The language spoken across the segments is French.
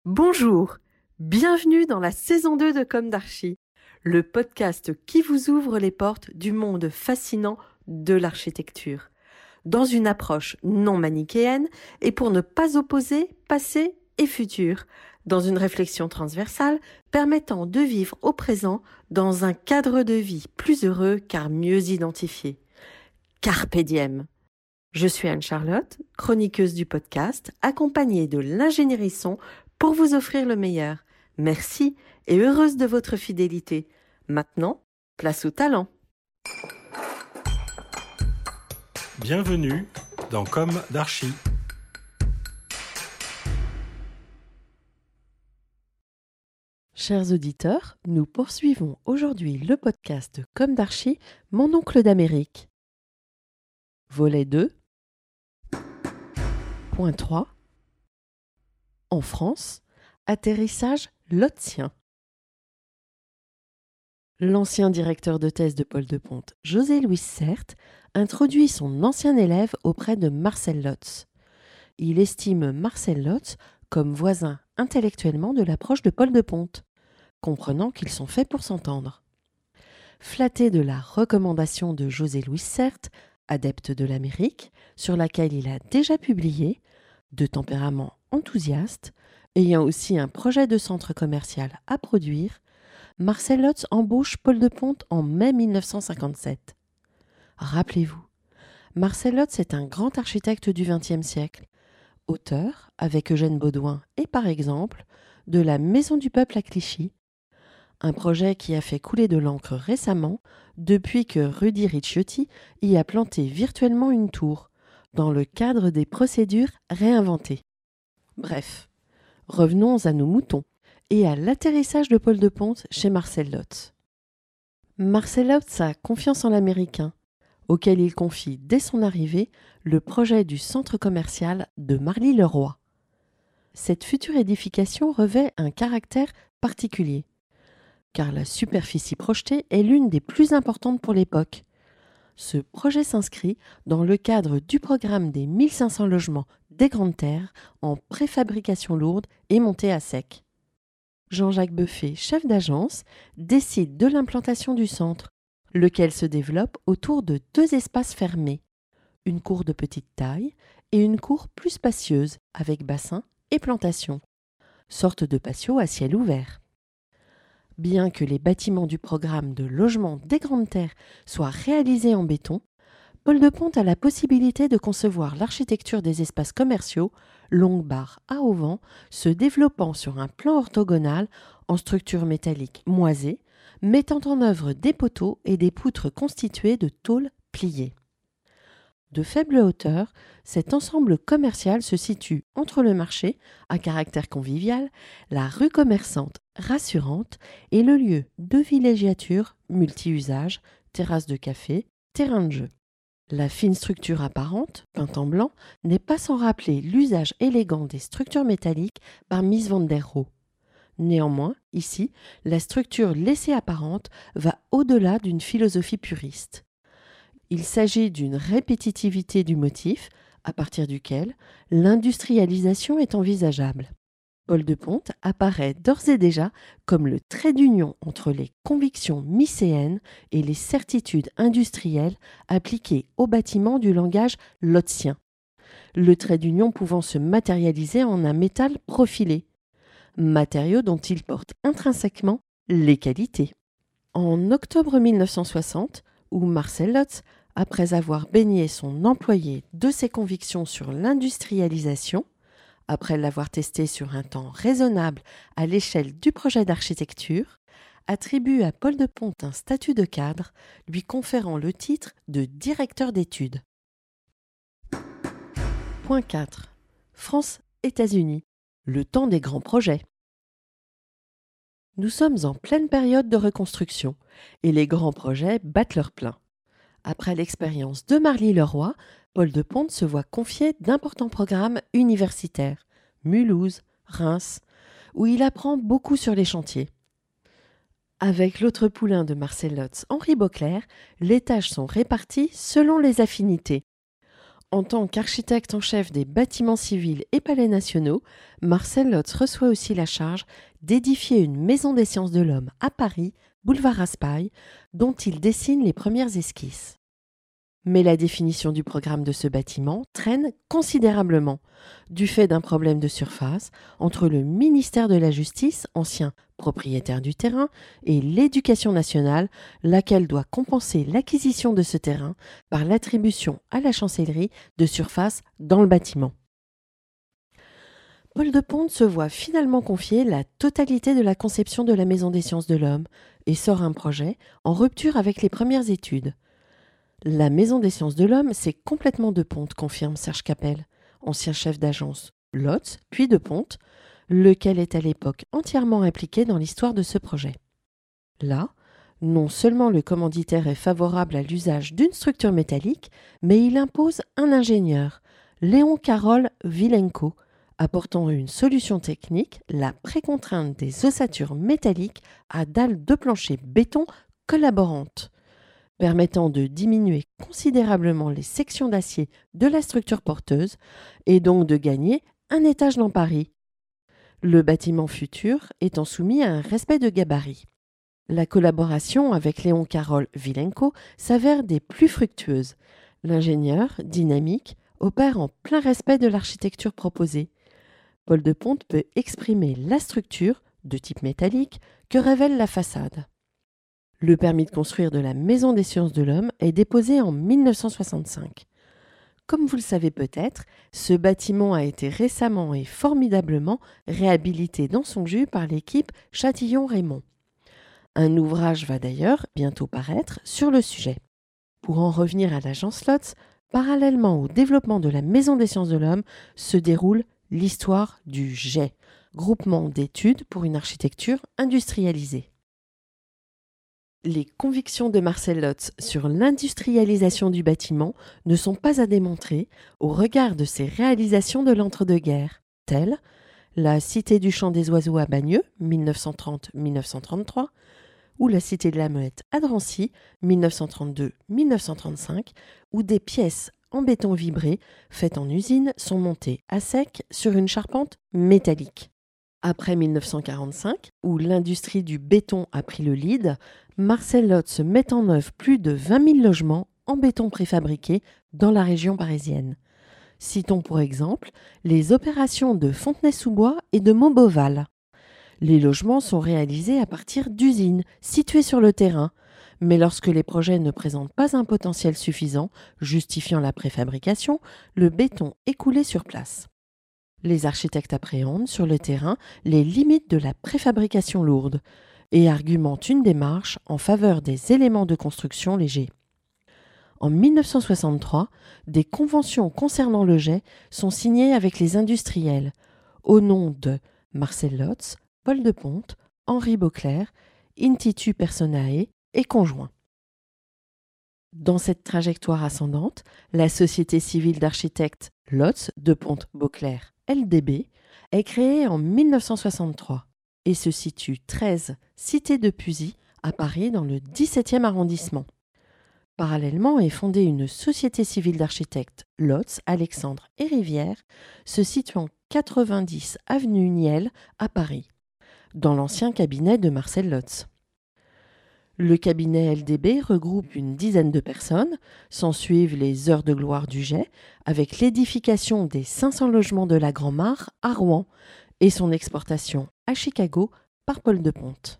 Bonjour, bienvenue dans la saison 2 de Comme d'Archi, le podcast qui vous ouvre les portes du monde fascinant de l'architecture, dans une approche non manichéenne et pour ne pas opposer passé et futur, dans une réflexion transversale permettant de vivre au présent dans un cadre de vie plus heureux car mieux identifié. Carpe diem. Je suis Anne-Charlotte, chroniqueuse du podcast, accompagnée de l'ingénierie son pour vous offrir le meilleur. Merci et heureuse de votre fidélité. Maintenant, place au talent. Bienvenue dans Comme d'Archi. Chers auditeurs, nous poursuivons aujourd'hui le podcast Comme d'Archi, mon oncle d'Amérique. Volet 2. Point 3. En France, atterrissage lotsien. L'ancien directeur de thèse de Paul de Ponte, José-Louis Certes, introduit son ancien élève auprès de Marcel Lotz. Il estime Marcel Lotz comme voisin intellectuellement de l'approche de Paul de Ponte, comprenant qu'ils sont faits pour s'entendre. Flatté de la recommandation de José-Louis Certes, adepte de l'Amérique, sur laquelle il a déjà publié, de tempérament enthousiaste, ayant aussi un projet de centre commercial à produire, Marcel Lotz embauche Paul de Ponte en mai 1957. Rappelez-vous, Marcel Lotz est un grand architecte du XXe siècle, auteur, avec Eugène Baudouin et par exemple, de la Maison du Peuple à Clichy, un projet qui a fait couler de l'encre récemment depuis que Rudy Ricciotti y a planté virtuellement une tour, dans le cadre des procédures réinventées. Bref, revenons à nos moutons et à l'atterrissage de Paul de Ponte chez Marcel Lotz. Marcel Lotz a confiance en l'Américain, auquel il confie dès son arrivée le projet du centre commercial de Marly-le-Roi. Cette future édification revêt un caractère particulier, car la superficie projetée est l'une des plus importantes pour l'époque. Ce projet s'inscrit dans le cadre du programme des 1500 logements des Grandes Terres en préfabrication lourde et montée à sec. Jean-Jacques Buffet, chef d'agence, décide de l'implantation du centre, lequel se développe autour de deux espaces fermés, une cour de petite taille et une cour plus spacieuse avec bassin et plantation, sorte de patio à ciel ouvert. Bien que les bâtiments du programme de logement des Grandes Terres soient réalisés en béton, Paul de Ponte a la possibilité de concevoir l'architecture des espaces commerciaux, longues barres à auvent, se développant sur un plan orthogonal en structure métallique moisée, mettant en œuvre des poteaux et des poutres constituées de tôles pliées. De faible hauteur, cet ensemble commercial se situe entre le marché, à caractère convivial, la rue commerçante rassurante et le lieu de villégiature multi-usage, terrasse de café, terrain de jeu. La fine structure apparente, peinte en blanc, n'est pas sans rappeler l'usage élégant des structures métalliques par Mies van der Rohe. Néanmoins, ici, la structure laissée apparente va au-delà d'une philosophie puriste. Il s'agit d'une répétitivité du motif, à partir duquel l'industrialisation est envisageable. Paul de Ponte apparaît d'ores et déjà comme le trait d'union entre les convictions mycéennes et les certitudes industrielles appliquées au bâtiment du langage lotzien, le trait d'union pouvant se matérialiser en un métal profilé, matériau dont il porte intrinsèquement les qualités. En octobre 1960, où Marcel Lotz, après avoir baigné son employé de ses convictions sur l'industrialisation, après l'avoir testé sur un temps raisonnable à l'échelle du projet d'architecture, attribue à Paul de Ponte un statut de cadre, lui conférant le titre de directeur d'études. Point 4. France-États-Unis. Le temps des grands projets. Nous sommes en pleine période de reconstruction et les grands projets battent leur plein. Après l'expérience de Marly-le-Roi, Paul de Ponte se voit confier d'importants programmes universitaires, Mulhouse, Reims, où il apprend beaucoup sur les chantiers. Avec l'autre poulain de Marcel Lotz, Henri Beauclerc, les tâches sont réparties selon les affinités. En tant qu'architecte en chef des bâtiments civils et palais nationaux, Marcel Lotz reçoit aussi la charge d'édifier une maison des sciences de l'homme à Paris, boulevard Raspail, dont il dessine les premières esquisses. Mais la définition du programme de ce bâtiment traîne considérablement, du fait d'un problème de surface entre le ministère de la Justice, ancien propriétaire du terrain, et l'Éducation nationale, laquelle doit compenser l'acquisition de ce terrain par l'attribution à la chancellerie de surface dans le bâtiment. Paul de Ponte se voit finalement confier la totalité de la conception de la Maison des sciences de l'homme et sort un projet en rupture avec les premières études. La Maison des sciences de l'homme, c'est complètement de Ponte, confirme Serge Capel, ancien chef d'agence Lotz, puis de Ponte, lequel est à l'époque entièrement impliqué dans l'histoire de ce projet. Là, non seulement le commanditaire est favorable à l'usage d'une structure métallique, mais il impose un ingénieur, Léon Carole Vilenko, apportant une solution technique, la précontrainte des ossatures métalliques à dalles de plancher béton collaborantes, permettant de diminuer considérablement les sections d'acier de la structure porteuse et donc de gagner un étage dans Paris. Le bâtiment futur étant soumis à un respect de gabarit. La collaboration avec Léon Carole Vilenko s'avère des plus fructueuses. L'ingénieur, dynamique, opère en plein respect de l'architecture proposée. Paul de Ponte peut exprimer la structure, de type métallique, que révèle la façade. Le permis de construire de la Maison des sciences de l'homme est déposé en 1965. Comme vous le savez peut-être, ce bâtiment a été récemment et formidablement réhabilité dans son jus par l'équipe Châtillon-Raymond. Un ouvrage va d'ailleurs bientôt paraître sur le sujet. Pour en revenir à l'agence Lotz, parallèlement au développement de la Maison des sciences de l'homme se déroule l'histoire du GEI, groupement d'études pour une architecture industrialisée. Les convictions de Marcel Lotz sur l'industrialisation du bâtiment ne sont pas à démontrer au regard de ses réalisations de l'entre-deux-guerres, telles la Cité du Chant des Oiseaux à Bagneux, 1930-1933, ou la Cité de la Muette à Drancy, 1932-1935, où des pièces en béton vibré faites en usine sont montées à sec sur une charpente métallique. Après 1945, où l'industrie du béton a pris le lead, Marcel Lotz met en œuvre plus de 20 000 logements en béton préfabriqué dans la région parisienne. Citons pour exemple les opérations de Fontenay-sous-Bois et de Mauboval. Les logements sont réalisés à partir d'usines situées sur le terrain, mais lorsque les projets ne présentent pas un potentiel suffisant, justifiant la préfabrication, le béton est coulé sur place. Les architectes appréhendent sur le terrain les limites de la préfabrication lourde et argumentent une démarche en faveur des éléments de construction légers. En 1963, des conventions concernant le jet sont signées avec les industriels au nom de Marcel Lotz, Paul de Ponte, Henri Beauclerc, Intitu Personae et conjoints. Dans cette trajectoire ascendante, la société civile d'architectes Lotz, de Ponte, Beauclerc, LDB, est créée en 1963 et se situe 13 cité de Pusy à Paris dans le 17e arrondissement. Parallèlement est fondée une société civile d'architectes Lotz, Alexandre et Rivière, se situant 90 avenue Niel à Paris, dans l'ancien cabinet de Marcel Lotz. Le cabinet LDB regroupe une dizaine de personnes, s'ensuivent les heures de gloire du GEI, avec l'édification des 500 logements de la Grand-Mare à Rouen et son exportation à Chicago par Paul de Ponte.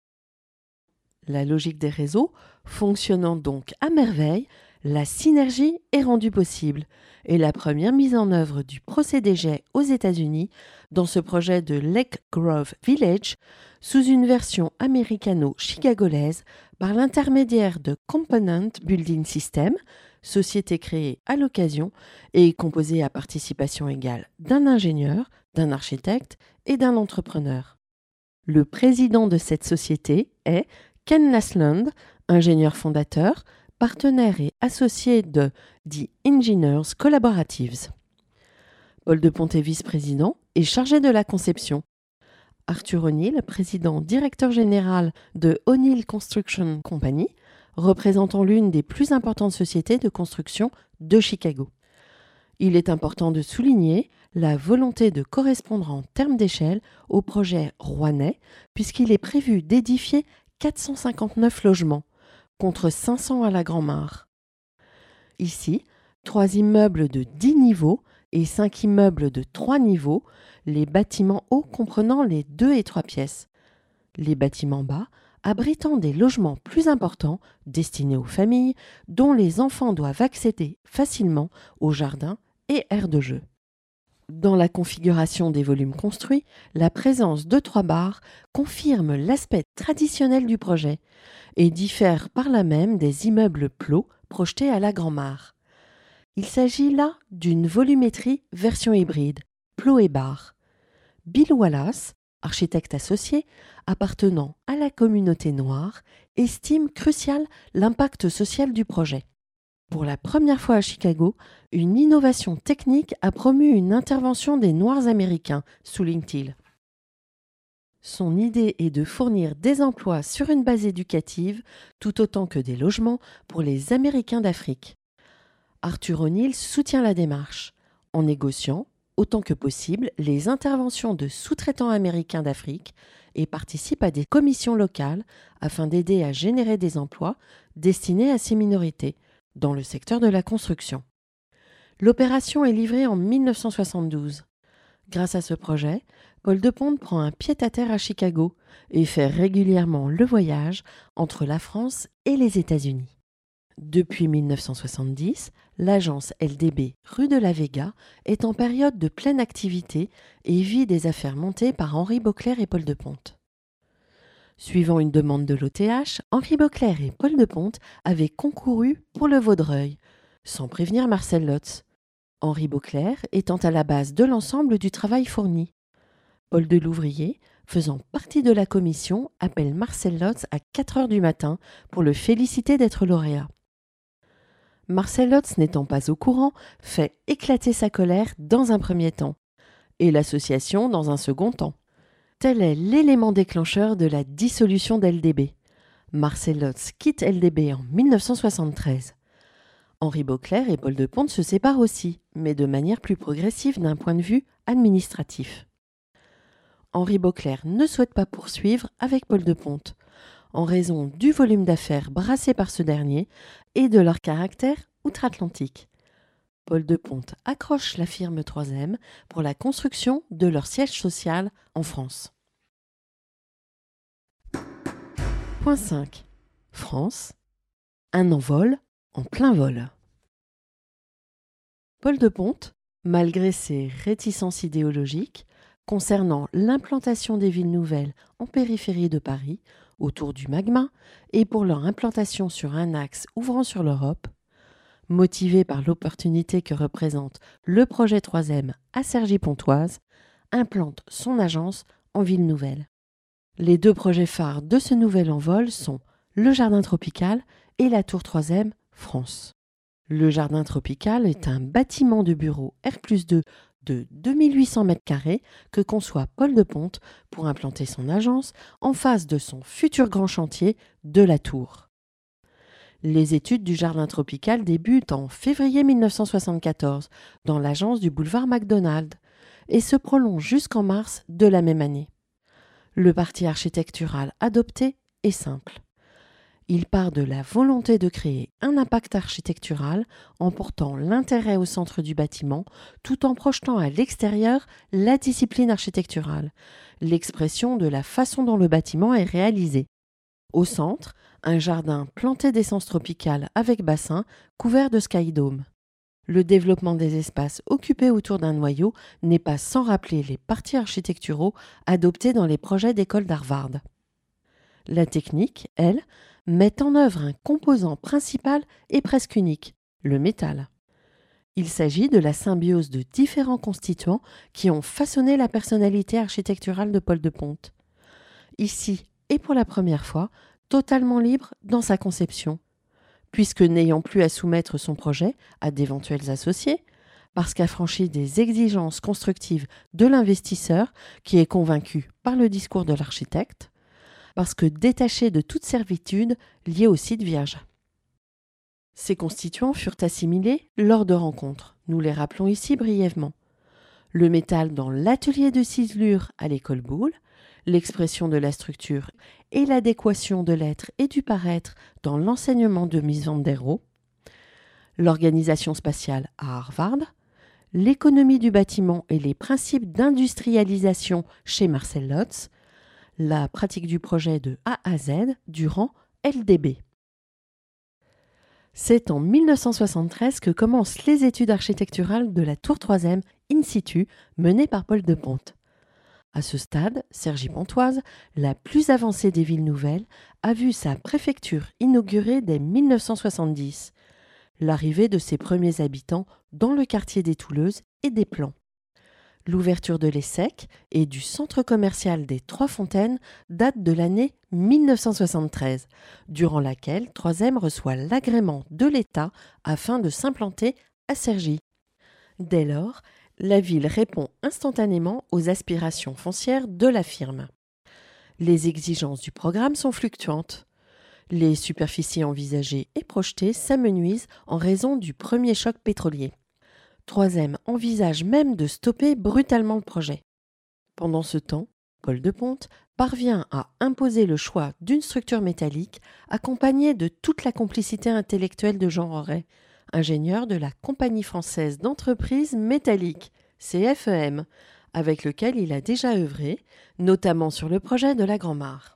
La logique des réseaux fonctionnant donc à merveille, la synergie est rendue possible et la première mise en œuvre du procédé GEI aux États-Unis dans ce projet de Lake Grove Village sous une version américano-chicagolaise par l'intermédiaire de Component Building System, société créée à l'occasion et composée à participation égale d'un ingénieur, d'un architecte et d'un entrepreneur. Le président de cette société est Ken Lasland, ingénieur fondateur, partenaire et associé de The Engineers Collaboratives. Paul de Ponte est vice-président et chargé de la conception. Arthur O'Neill, président directeur général de O'Neill Construction Company, représentant l'une des plus importantes sociétés de construction de Chicago. Il est important de souligner la volonté de correspondre en termes d'échelle au projet rouennais, puisqu'il est prévu d'édifier 459 logements, contre 500 à la Grand-Mare. Ici, 3 immeubles de 10 niveaux et 5 immeubles de 3 niveaux, les bâtiments hauts comprenant les 2 et 3 pièces. Les bâtiments bas abritant des logements plus importants destinés aux familles dont les enfants doivent accéder facilement aux jardins et aires de jeu. Dans la configuration des volumes construits, la présence de 3 bars confirme l'aspect traditionnel du projet et diffère par là même des immeubles plots projetés à la Grand-Mare. Il s'agit là d'une volumétrie version hybride, plot et bar. Bill Wallace, architecte associé appartenant à la communauté noire, estime crucial l'impact social du projet. Pour la première fois à Chicago, une innovation technique a promu une intervention des Noirs américains, souligne-t-il. Son idée est de fournir des emplois sur une base éducative tout autant que des logements pour les Américains d'Afrique. Arthur O'Neill soutient la démarche, en négociant, autant que possible, les interventions de sous-traitants américains d'Afrique et participe à des commissions locales afin d'aider à générer des emplois destinés à ces minorités dans le secteur de la construction. L'opération est livrée en 1972. Grâce à ce projet, Paul Deponte prend un pied-à-terre à Chicago et fait régulièrement le voyage entre la France et les États-Unis. Depuis 1970, l'agence LDB rue de la Vega est en période de pleine activité et vit des affaires montées par Henri Beauclerc et Paul Deponte. Suivant une demande de l'OTH, Henri Beauclerc et Paul Deponte avaient concouru pour le Vaudreuil, sans prévenir Marcel Lotz. Henri Beauclerc étant à la base de l'ensemble du travail fourni. Paul Delouvrier, faisant partie de la commission, appelle Marcel Lotz à 4 heures du matin pour le féliciter d'être lauréat. Marcel Lotz, n'étant pas au courant, fait éclater sa colère dans un premier temps, et l'association dans un second temps. Tel est l'élément déclencheur de la dissolution d'LDB. Marcel Lotz quitte LDB en 1973. Henri Beauclerc et Paul Deponte se séparent aussi, mais de manière plus progressive d'un point de vue administratif. Henri Beauclerc ne souhaite pas poursuivre avec Paul Deponte, en raison du volume d'affaires brassé par ce dernier et de leur caractère outre-Atlantique. Paul Deponte accroche la firme 3M pour la construction de leur siège social en France. Point 5. France. Un envol en plein vol. Paul Deponte, malgré ses réticences idéologiques concernant l'implantation des villes nouvelles en périphérie de Paris, autour du magma, et pour leur implantation sur un axe ouvrant sur l'Europe, motivé par l'opportunité que représente le projet 3M à Cergy-Pontoise, implante son agence en ville nouvelle. Les 2 projets phares de ce nouvel envol sont le Jardin Tropical et la Tour 3M France. Le Jardin Tropical est un bâtiment de bureau R+2 de 2800 m² que conçoit Paul Deponte pour implanter son agence en face de son futur grand chantier de la Tour. Les études du Jardin Tropical débutent en février 1974 dans l'agence du boulevard McDonald et se prolongent jusqu'en mars de la même année. Le parti architectural adopté est simple. Il part de la volonté de créer un impact architectural en portant l'intérêt au centre du bâtiment tout en projetant à l'extérieur la discipline architecturale, l'expression de la façon dont le bâtiment est réalisé. Au centre, un jardin planté d'essences tropicales avec bassin couvert de skydome. Le développement des espaces occupés autour d'un noyau n'est pas sans rappeler les partis architecturaux adoptés dans les projets d'école d'Harvard. La technique, elle, met en œuvre un composant principal et presque unique, le métal. Il s'agit de la symbiose de différents constituants qui ont façonné la personnalité architecturale de Paul Deponte. Ici, et pour la première fois, totalement libre dans sa conception, puisque n'ayant plus à soumettre son projet à d'éventuels associés, parce qu'affranchi des exigences constructives de l'investisseur qui est convaincu par le discours de l'architecte, parce que détaché de toute servitude liée au site vierge. Ces constituants furent assimilés lors de rencontres. Nous les rappelons ici brièvement. Le métal dans l'atelier de ciselure à l'école Boulle, l'expression de la structure et l'adéquation de l'être et du paraître dans l'enseignement de Mies van der Rohe, l'organisation spatiale à Harvard, l'économie du bâtiment et les principes d'industrialisation chez Marcel Lotz, la pratique du projet de A à Z durant LDB. C'est en 1973 que commencent les études architecturales de la tour 3e in situ menées par Paul de Ponte. À ce stade, Cergy-Pontoise, la plus avancée des villes nouvelles, a vu sa préfecture inaugurée dès 1970, l'arrivée de ses premiers habitants dans le quartier des Touleuses et des Plans. L'ouverture de l'ESSEC et du centre commercial des Trois Fontaines date de l'année 1973, durant laquelle 3M reçoit l'agrément de l'État afin de s'implanter à Cergy. Dès lors, la ville répond instantanément aux aspirations foncières de la firme. Les exigences du programme sont fluctuantes. Les superficies envisagées et projetées s'amenuisent en raison du premier choc pétrolier. 3M envisage même de stopper brutalement le projet. Pendant ce temps, Paul de Ponte parvient à imposer le choix d'une structure métallique accompagnée de toute la complicité intellectuelle de Jean Roret, ingénieur de la Compagnie française d'entreprises métalliques, CFEM, avec lequel il a déjà œuvré, notamment sur le projet de la Grand-Mare.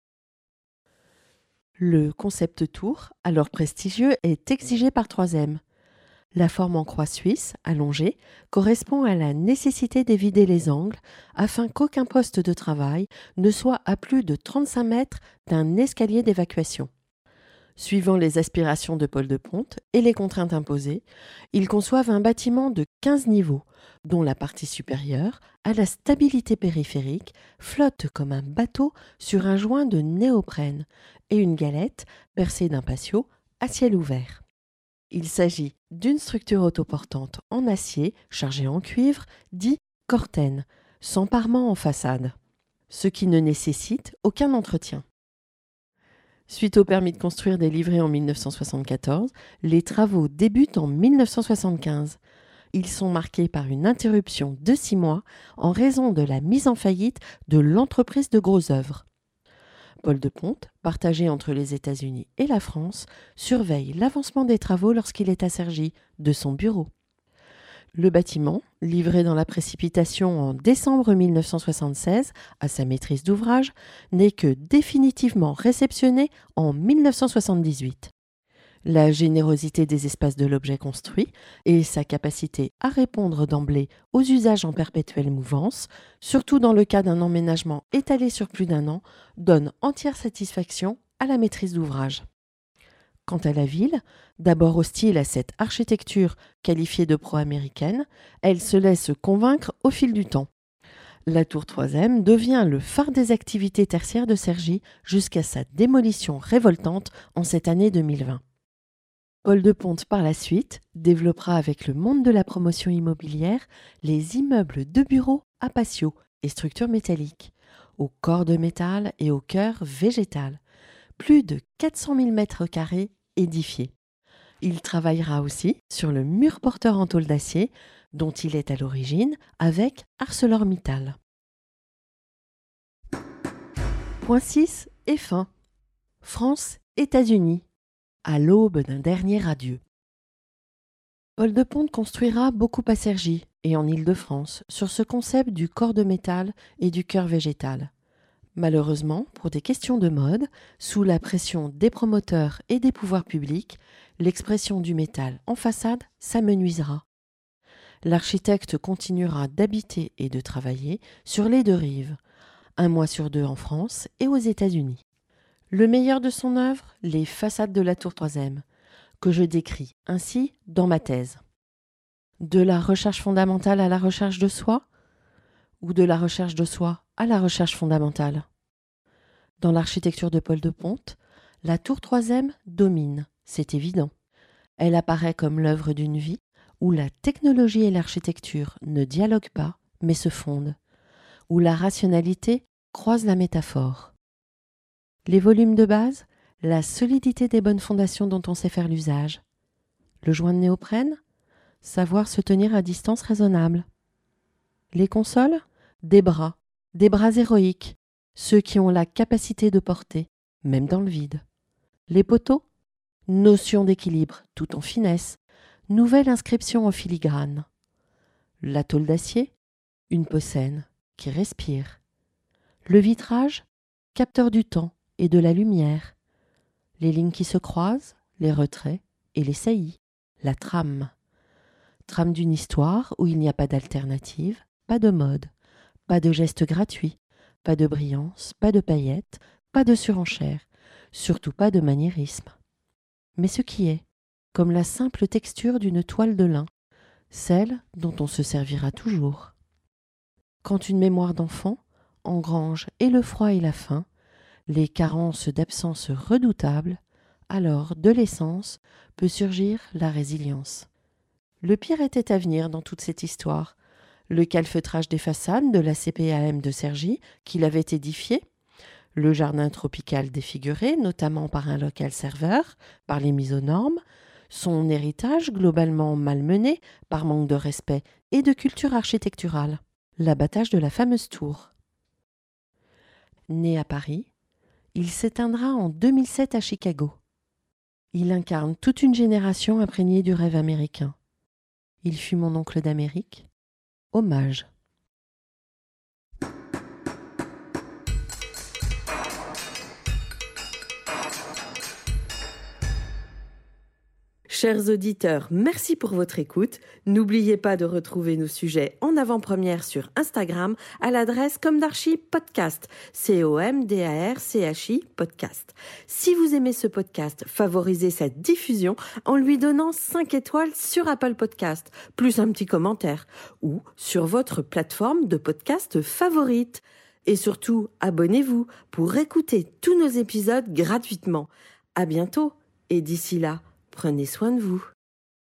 Le concept tour, alors prestigieux, est exigé par 3M. La forme en croix suisse, allongée, correspond à la nécessité d'éviter les angles afin qu'aucun poste de travail ne soit à plus de 35 mètres d'un escalier d'évacuation. Suivant les aspirations de Paul de Ponte et les contraintes imposées, ils conçoivent un bâtiment de 15 niveaux, dont la partie supérieure, à la stabilité périphérique, flotte comme un bateau sur un joint de néoprène et une galette percée d'un patio à ciel ouvert. Il s'agit d'une structure autoportante en acier chargée en cuivre, dit cortène, sans parement en façade, ce qui ne nécessite aucun entretien. Suite au permis de construire délivré en 1974, les travaux débutent en 1975. Ils sont marqués par une interruption de 6 mois en raison de la mise en faillite de l'entreprise de Gros Œuvres. Paul de Ponte, partagé entre les États-Unis et la France, surveille l'avancement des travaux lorsqu'il est à Cergy, de son bureau. Le bâtiment, livré dans la précipitation en décembre 1976 à sa maîtrise d'ouvrage, n'est que définitivement réceptionné en 1978. La générosité des espaces de l'objet construit et sa capacité à répondre d'emblée aux usages en perpétuelle mouvance, surtout dans le cas d'un emménagement étalé sur plus d'un an, donnent entière satisfaction à la maîtrise d'ouvrage. Quant à la ville, d'abord hostile à cette architecture qualifiée de pro-américaine, elle se laisse convaincre au fil du temps. La tour 3e devient le phare des activités tertiaires de Cergy jusqu'à sa démolition révoltante en cette année 2020. Paul de Ponte, par la suite, développera avec le monde de la promotion immobilière les immeubles de bureaux à patio et structures métalliques, au corps de métal et au cœur végétal. Plus de 400 000 mètres carrés édifiés. Il travaillera aussi sur le mur porteur en tôle d'acier, dont il est à l'origine avec ArcelorMittal. Point 6 et fin. France-États-Unis. À l'aube d'un dernier adieu. Paul de Ponte construira beaucoup à Cergy et en Île-de-France sur ce concept du corps de métal et du cœur végétal. Malheureusement, pour des questions de mode, sous la pression des promoteurs et des pouvoirs publics, l'expression du métal en façade s'amenuisera. L'architecte continuera d'habiter et de travailler sur les deux rives, 1 mois sur 2 en France et aux États-Unis. Le meilleur de son œuvre, les façades de la tour 3e, que je décris ainsi dans ma thèse. De la recherche fondamentale à la recherche de soi, ou de la recherche de soi à la recherche fondamentale. Dans l'architecture de Paul de Ponte, la tour 3e domine, c'est évident. Elle apparaît comme l'œuvre d'une vie où la technologie et l'architecture ne dialoguent pas, mais se fondent, où la rationalité croise la métaphore. Les volumes de base, La solidité des bonnes fondations dont on sait faire l'usage. Le joint de néoprène? Savoir se tenir à distance raisonnable. Les consoles? Des bras héroïques, ceux qui ont la capacité de porter, même dans le vide. Les poteaux? Notion d'équilibre, tout en finesse, nouvelle inscription en filigrane. La tôle d'acier? Une peau saine, qui respire. Le vitrage? Capteur du temps et de la lumière. Les lignes qui se croisent, les retraits et les saillies. La trame. Trame d'une histoire où il n'y a pas d'alternative, pas de mode, pas de geste gratuit, pas de brillance, pas de paillettes, pas de surenchère, surtout pas de maniérisme. Mais ce qui est, comme la simple texture d'une toile de lin, celle dont on se servira toujours. Quand une mémoire d'enfant engrange et le froid et la faim, les carences d'absence redoutables, alors de l'essence peut surgir la résilience. Le pire était à venir dans toute cette histoire. Le calfeutrage des façades de la CPAM de Cergy, qu'il avait édifié, le jardin tropical défiguré, notamment par un local serveur, par les mises aux normes, son héritage globalement malmené par manque de respect et de culture architecturale, l'abattage de la fameuse tour. Né à Paris, il s'éteindra en 2007 à Chicago. Il incarne toute une génération imprégnée du rêve américain. Il fut mon oncle d'Amérique. Hommage. Chers auditeurs, merci pour votre écoute. N'oubliez pas de retrouver nos sujets en avant-première sur Instagram à l'adresse Comdarchi Podcast, COMDARCHI Podcast. Si vous aimez ce podcast, favorisez sa diffusion en lui donnant 5 étoiles sur Apple Podcast, plus un petit commentaire, ou sur votre plateforme de podcast favorite. Et surtout, abonnez-vous pour écouter tous nos épisodes gratuitement. À bientôt, et d'ici là, prenez soin de vous.